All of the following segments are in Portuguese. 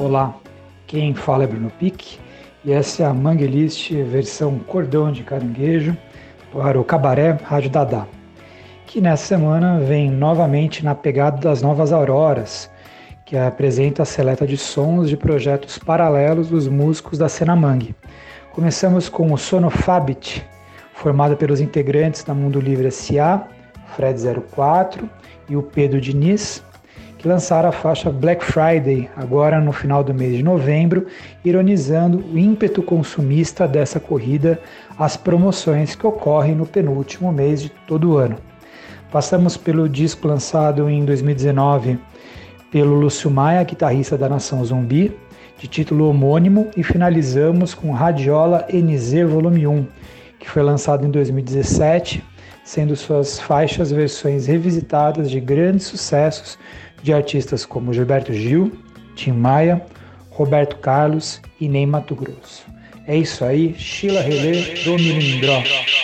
Olá, quem fala é Bruno Pique e essa é a Mangue List versão cordão de caranguejo para o Cabaré Rádio Dadá, que nessa semana vem novamente na pegada das Novas Auroras, que apresenta a seleta de sons de projetos paralelos dos músicos da cena mangue. Começamos com o Sonofabit, formado pelos integrantes da Mundo Livre S.A., Fred04 e o Pedro Diniz, que lançaram a faixa Black Friday, agora no final do mês de novembro, ironizando o ímpeto consumista dessa corrida às promoções que ocorrem no penúltimo mês de todo o ano. Passamos pelo disco lançado em 2019 pelo Lúcio Maia, guitarrista da Nação Zumbi, de título homônimo, e finalizamos com Radiola NZ Volume 1, que foi lançado em 2017, sendo suas faixas versões revisitadas de grandes sucessos de artistas como Gilberto Gil, Tim Maia, Roberto Carlos e Ney Matogrosso. É isso aí, Sheila Relê do Milindró.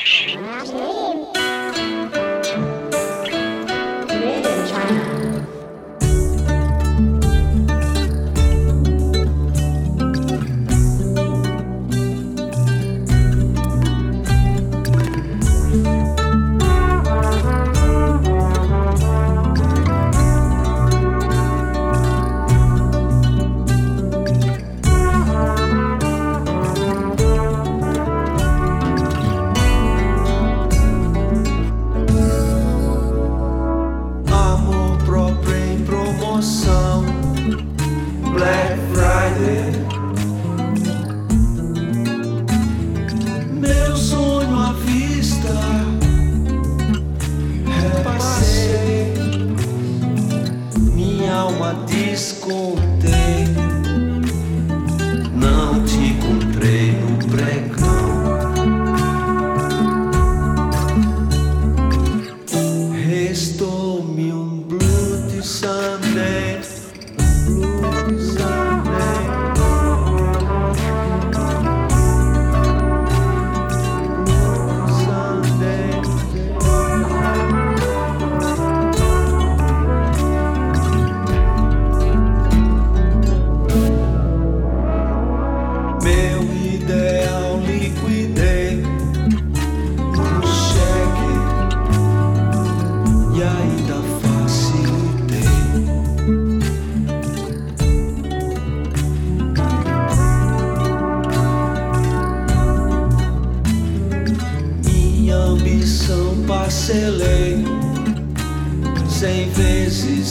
Parcelei 100 vezes,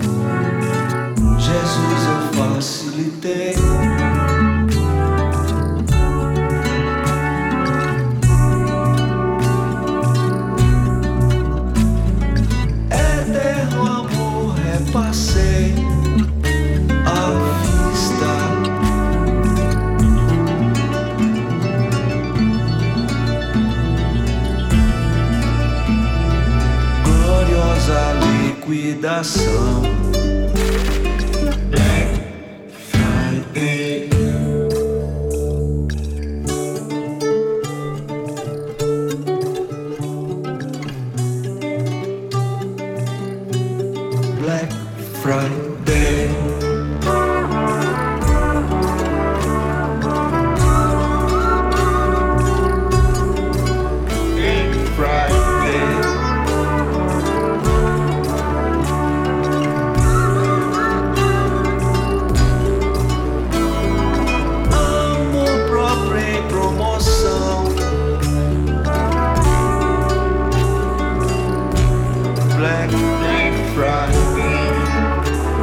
Jesus eu facilitei. Eterno amor repassei à vista. Liquidação. Black Friday. Black Friday. Black Friday.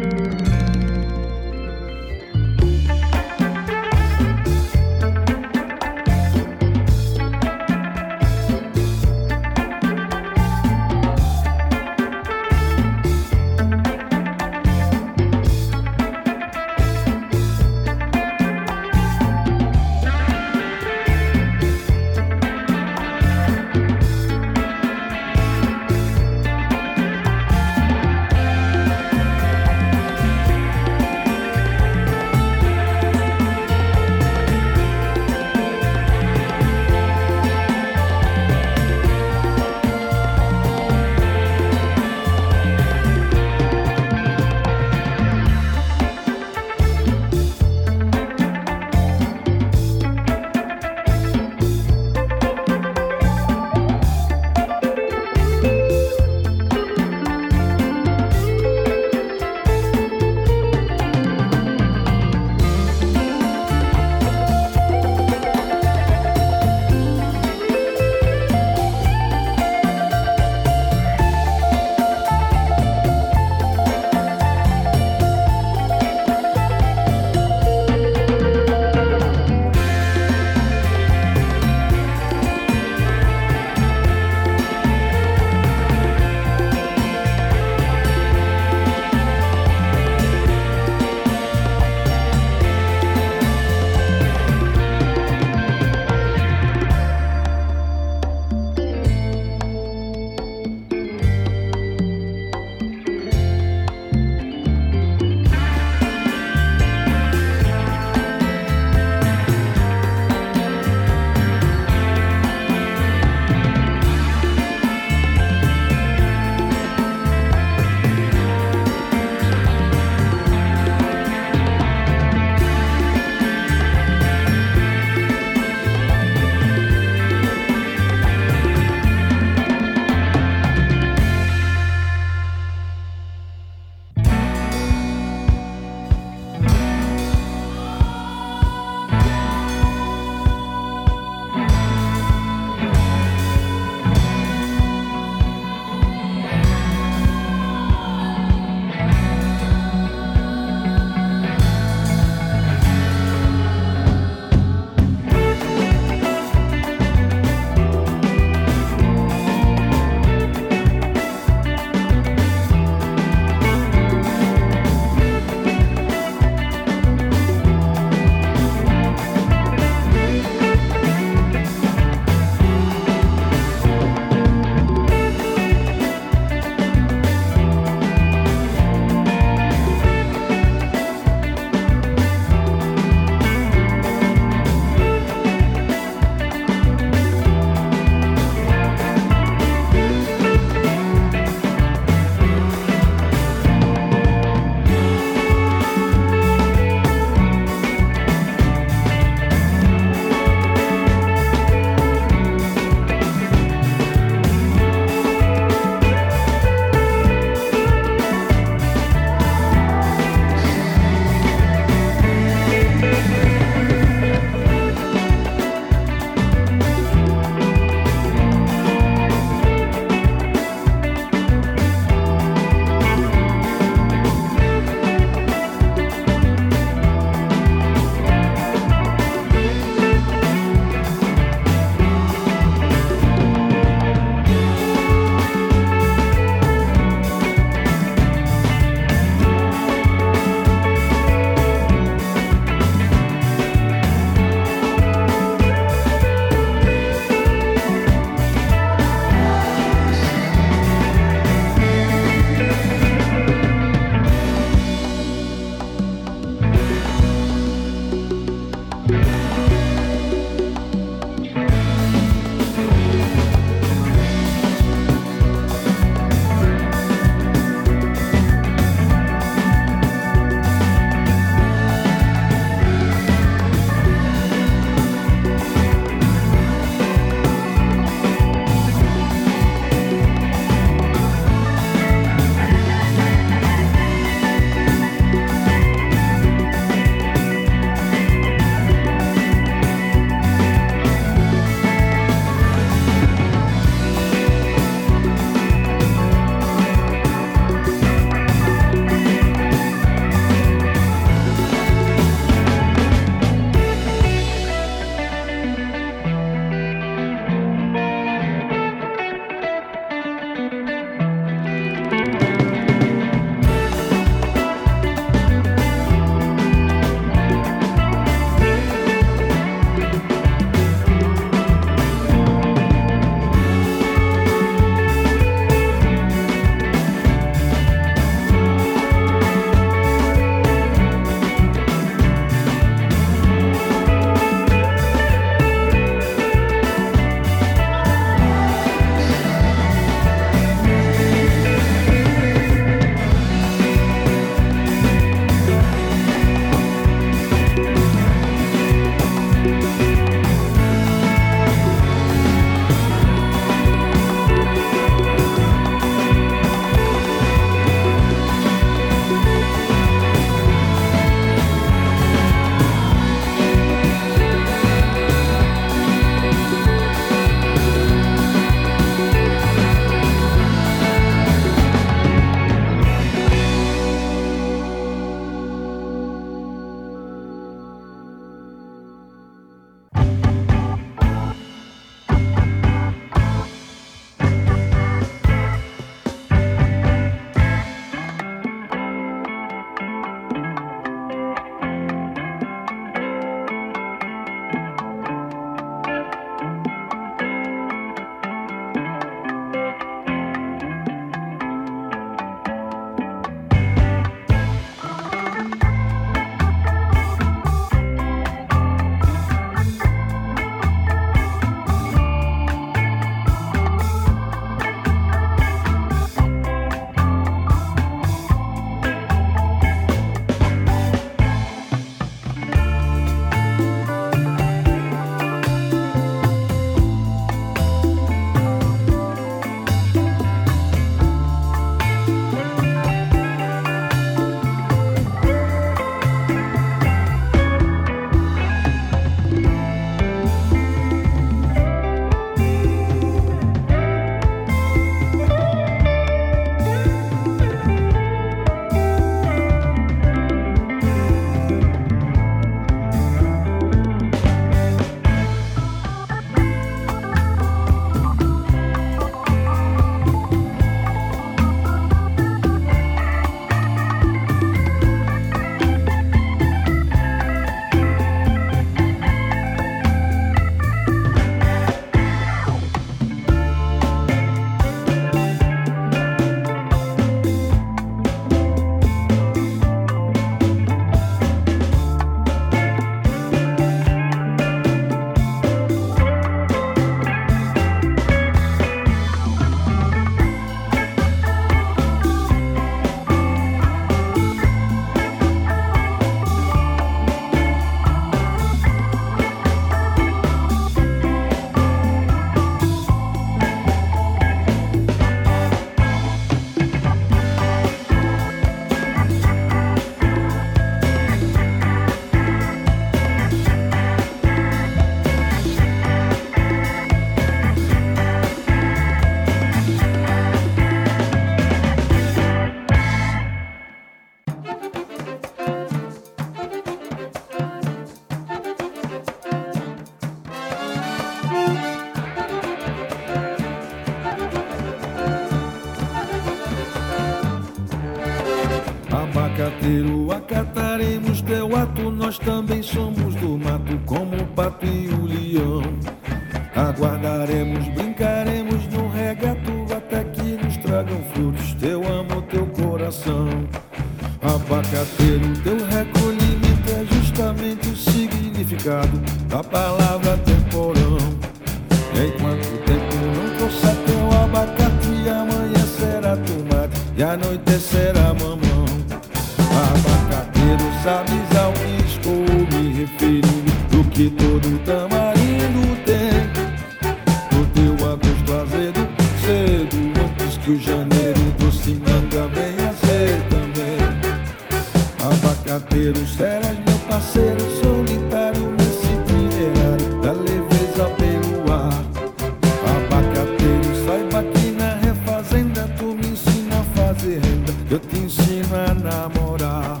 abacateiro, acataremos teu ato. Nós também somos do mato, como o pato e o leão. Aguardaremos, brincaremos no regato, até que nos tragam frutos, teu amor, teu coração. Abacateiro, teu recolhimento é justamente o significado da palavra temporão. Enquanto o tempo não trouxer teu abacate, amanhã será tomate e anoitecerá mamão. Abacateiro, sabes ao que estou me referindo, do que todo tamarindo tem. Do teu agosto azedo, cedo, antes que o janeiro doce manga venha ser também. Abacateiro, serás meu parceiro solitário nesse itinerário da leveza pelo ar. Abacateiro, saiba que na refazenda tu me ensina a fazer renda, eu te ensino a namorar.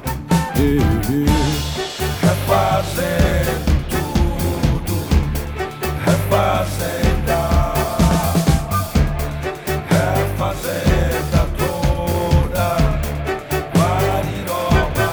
Refazendo tudo, refazenda, refazenda toda, Guariroba.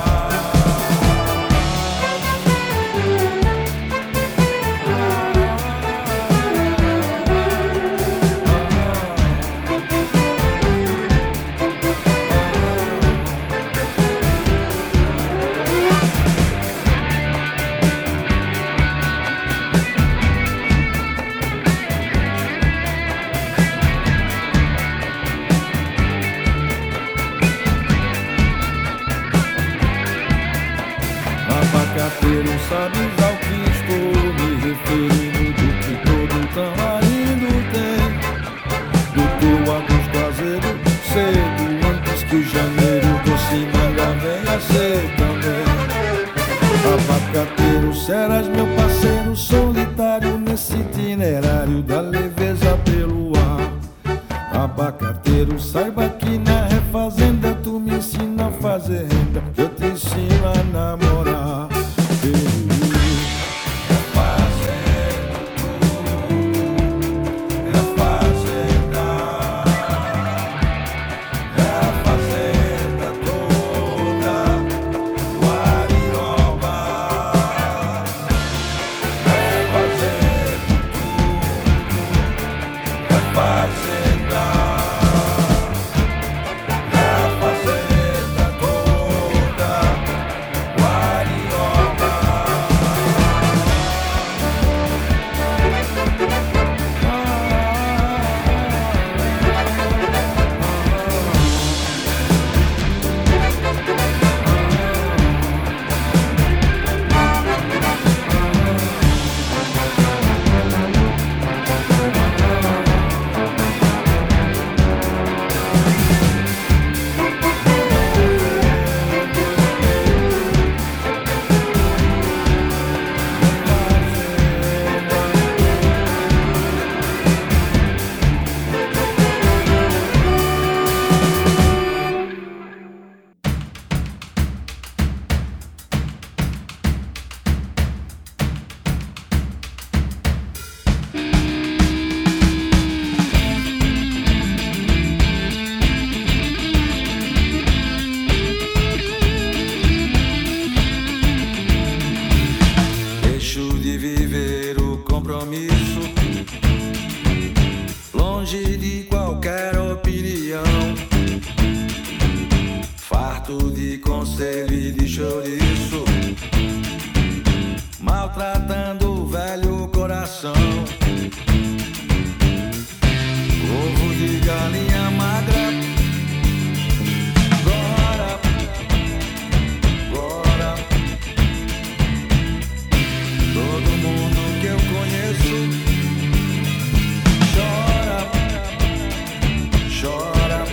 Abacateiro, sabes ao que estou me referindo, do que todo tamarindo tem. Do teu agosto azedo, cedo, antes que o janeiro doce manga venha ser também. Abacateiro, serás meu parceiro solitário nesse itinerário da leveza pelo ar. Abacateiro, saiba que na refazenda tu me ensina a fazer renda, eu te ensino a namorar. Longe de qualquer opinião, farto de conselho e de chouriço, maltratando o velho coração. Ovo de galinha magra, agora, agora. Todo mundo que eu conheço chora, chora.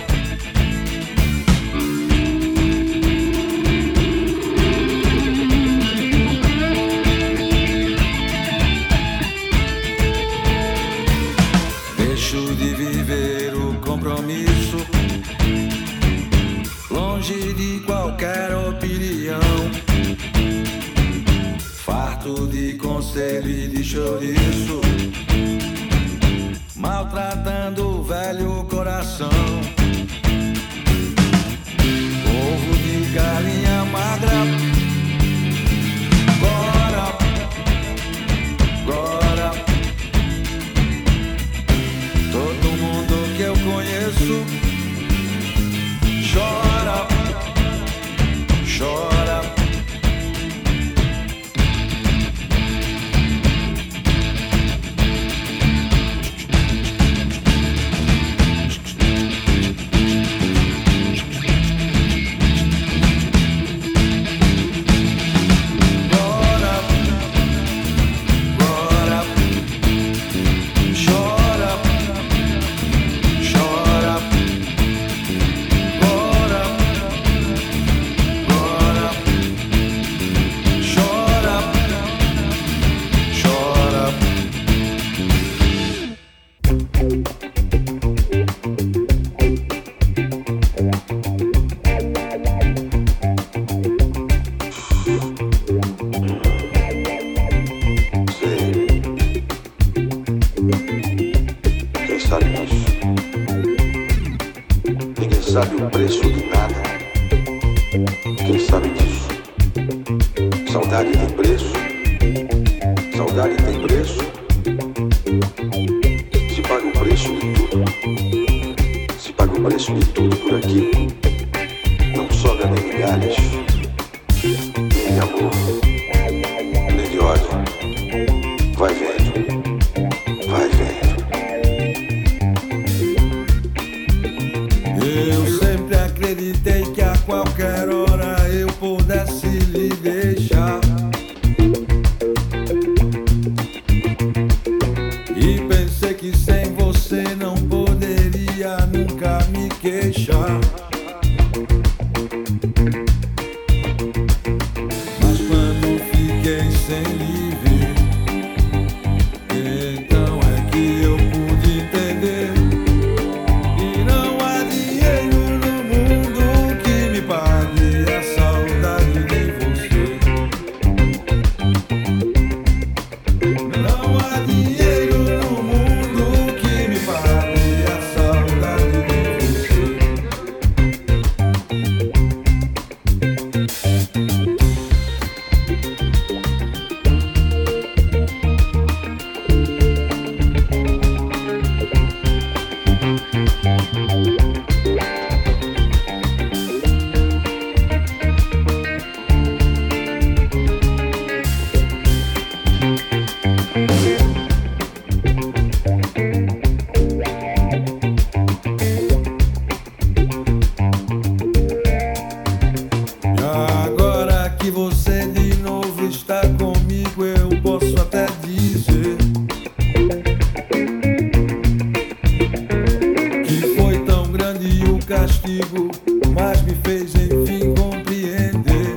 Deixo de viver o compromisso, longe de qualquer opinião, farto de conselho e de chouriço, maltratando o velho coração. Ovo de galinha preço. Chora, chora. Sabe o preço de nada? Quem sabe disso? Saudade tem preço? Saudade tem preço? Se paga o preço de tudo. Se paga o preço de tudo por aqui. Não sobra nem migalhas, nem de amor, nem de ódio. Vai vendo, vai vendo. Eu sempre acreditei que a qualquer hora eu pudesse lhe deixar. E pensei que sem você não poderia nunca me queixar. Mas quando fiquei sem lhe ver, então é que eu pude entender. Mas me fez enfim compreender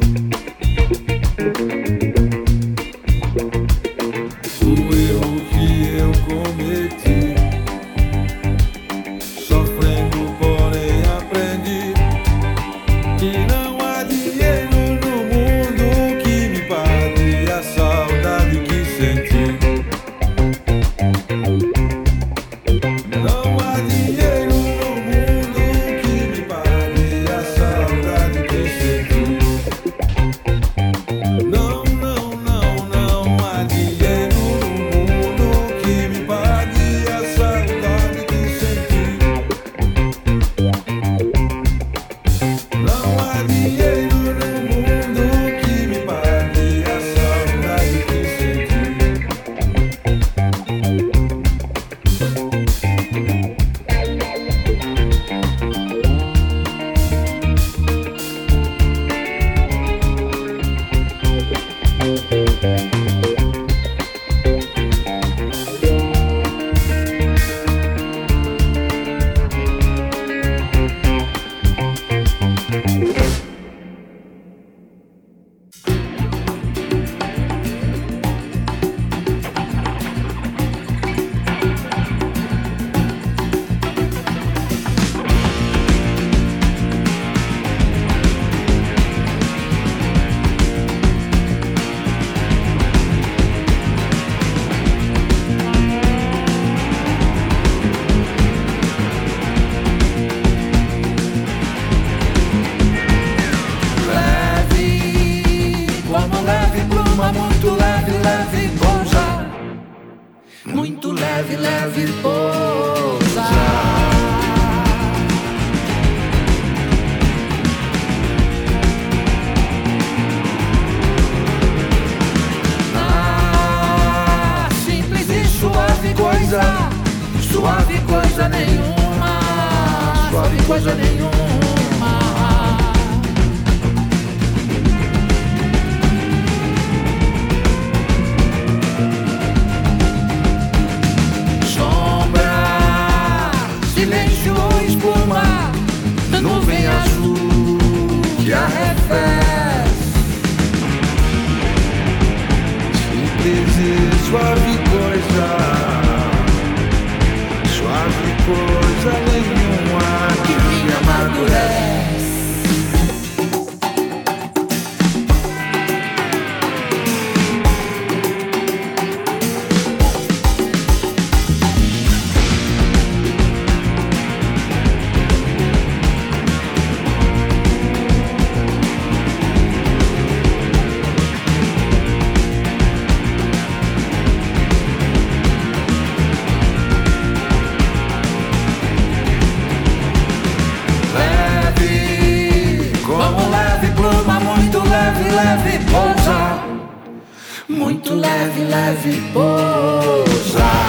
o erro que eu cometi. Sofrendo, porém aprendi que não há dinheiro no mundo que me pague a saudade que senti. Não há dinheiro no mundo que me pague a saudade que senti. Não, não, não, não há dinheiro no mundo que me pague a saudade que senti. Não há dinheiro no mundo que me pague a saudade que senti. Muito leve, leve pousa. coisa nenhuma, suave coisa nenhuma. Silêncio ou espuma, nuvem azul que arrefece. Simples e suave coisa nenhuma que me amadurece. Leve, pousa, muito leve, leve, pousa.